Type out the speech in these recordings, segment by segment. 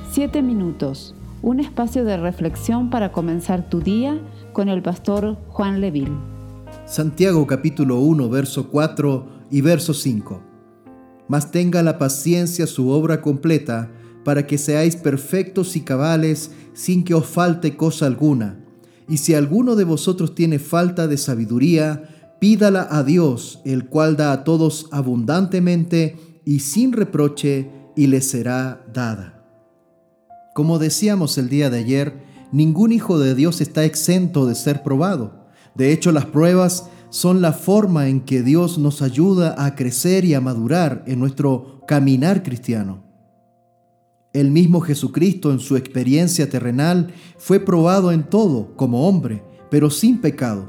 7 minutos, un espacio de reflexión para comenzar tu día con el pastor Juan Leville. Santiago capítulo 1, verso 4 y verso 5. Mas tenga la paciencia su obra completa, para que seáis perfectos y cabales, sin que os falte cosa alguna. Y si alguno de vosotros tiene falta de sabiduría, pídala a Dios, el cual da a todos abundantemente y sin reproche, y le será dada. Como decíamos el día de ayer, ningún hijo de Dios está exento de ser probado. De hecho, las pruebas son la forma en que Dios nos ayuda a crecer y a madurar en nuestro caminar cristiano. El mismo Jesucristo en su experiencia terrenal fue probado en todo como hombre, pero sin pecado.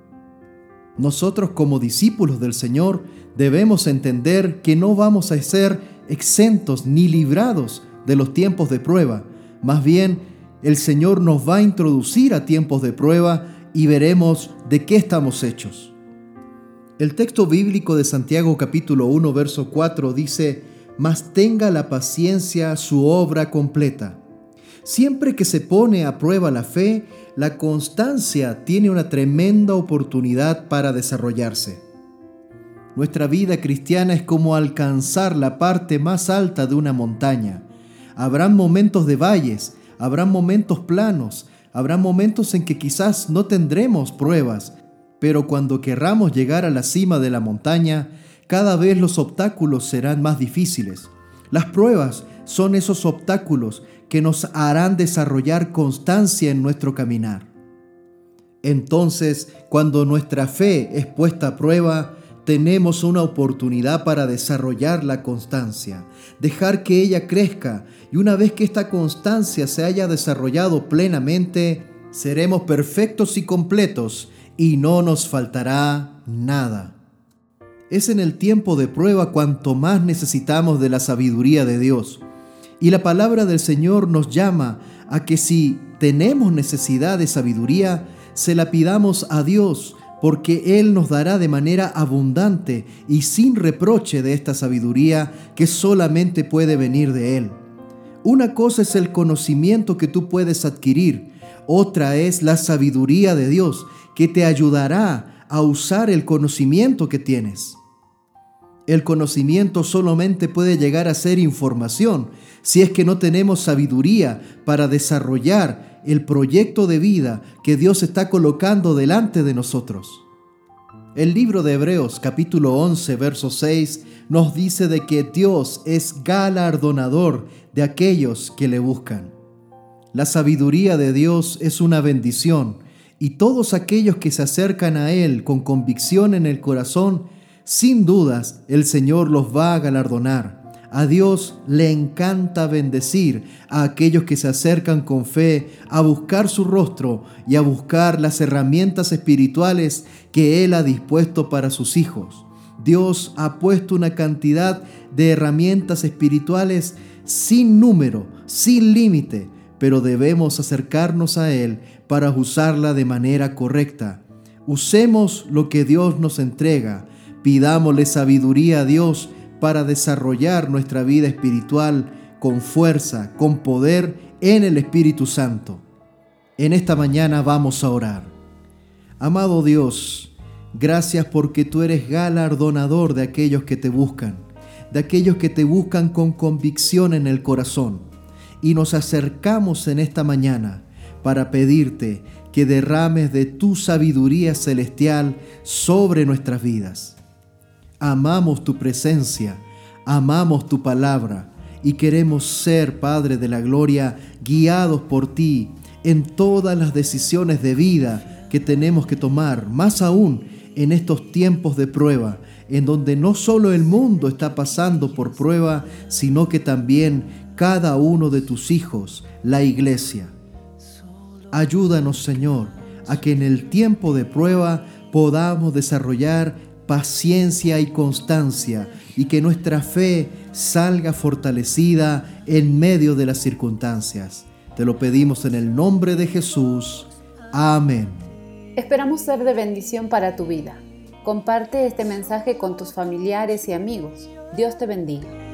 Nosotros como discípulos del Señor debemos entender que no vamos a ser exentos ni librados de los tiempos de prueba. Más bien, el Señor nos va a introducir a tiempos de prueba y veremos de qué estamos hechos. El texto bíblico de Santiago capítulo 1, verso 4 dice: «Mas tenga la paciencia su obra completa». Siempre que se pone a prueba la fe, la constancia tiene una tremenda oportunidad para desarrollarse. Nuestra vida cristiana es como alcanzar la parte más alta de una montaña. Habrán momentos de valles, habrán momentos planos, habrán momentos en que quizás no tendremos pruebas, pero cuando querramos llegar a la cima de la montaña, cada vez los obstáculos serán más difíciles. Las pruebas son esos obstáculos que nos harán desarrollar constancia en nuestro caminar. Entonces, cuando nuestra fe es puesta a prueba, tenemos una oportunidad para desarrollar la constancia, dejar que ella crezca, y una vez que esta constancia se haya desarrollado plenamente, seremos perfectos y completos y no nos faltará nada. Es en el tiempo de prueba cuanto más necesitamos de la sabiduría de Dios. Y la palabra del Señor nos llama a que si tenemos necesidad de sabiduría, se la pidamos a Dios, porque Él nos dará de manera abundante y sin reproche de esta sabiduría que solamente puede venir de Él. Una cosa es el conocimiento que tú puedes adquirir, otra es la sabiduría de Dios que te ayudará a usar el conocimiento que tienes. El conocimiento solamente puede llegar a ser información si es que no tenemos sabiduría para desarrollar el proyecto de vida que Dios está colocando delante de nosotros. El libro de Hebreos capítulo 11 verso 6 nos dice de que Dios es galardonador de aquellos que le buscan. La sabiduría de Dios es una bendición y todos aquellos que se acercan a Él con convicción en el corazón, sin dudas el Señor los va a galardonar. A Dios le encanta bendecir a aquellos que se acercan con fe a buscar su rostro y a buscar las herramientas espirituales que Él ha dispuesto para sus hijos. Dios ha puesto una cantidad de herramientas espirituales sin número, sin límite, pero debemos acercarnos a Él para usarla de manera correcta. Usemos lo que Dios nos entrega, pidámosle sabiduría a Dios para desarrollar nuestra vida espiritual con fuerza, con poder en el Espíritu Santo. En esta mañana vamos a orar. Amado Dios, gracias porque tú eres galardonador de aquellos que te buscan, de aquellos que te buscan con convicción en el corazón. Y nos acercamos en esta mañana para pedirte que derrames de tu sabiduría celestial sobre nuestras vidas. Amamos tu presencia, amamos tu palabra y queremos ser, Padre de la gloria, guiados por ti en todas las decisiones de vida que tenemos que tomar, más aún en estos tiempos de prueba, en donde no solo el mundo está pasando por prueba, sino que también cada uno de tus hijos, la iglesia. Ayúdanos, Señor, a que en el tiempo de prueba podamos desarrollar paciencia y constancia y que nuestra fe salga fortalecida en medio de las circunstancias. Te lo pedimos en el nombre de Jesús. Amén. Esperamos ser de bendición para tu vida. Comparte este mensaje con tus familiares y amigos. Dios te bendiga.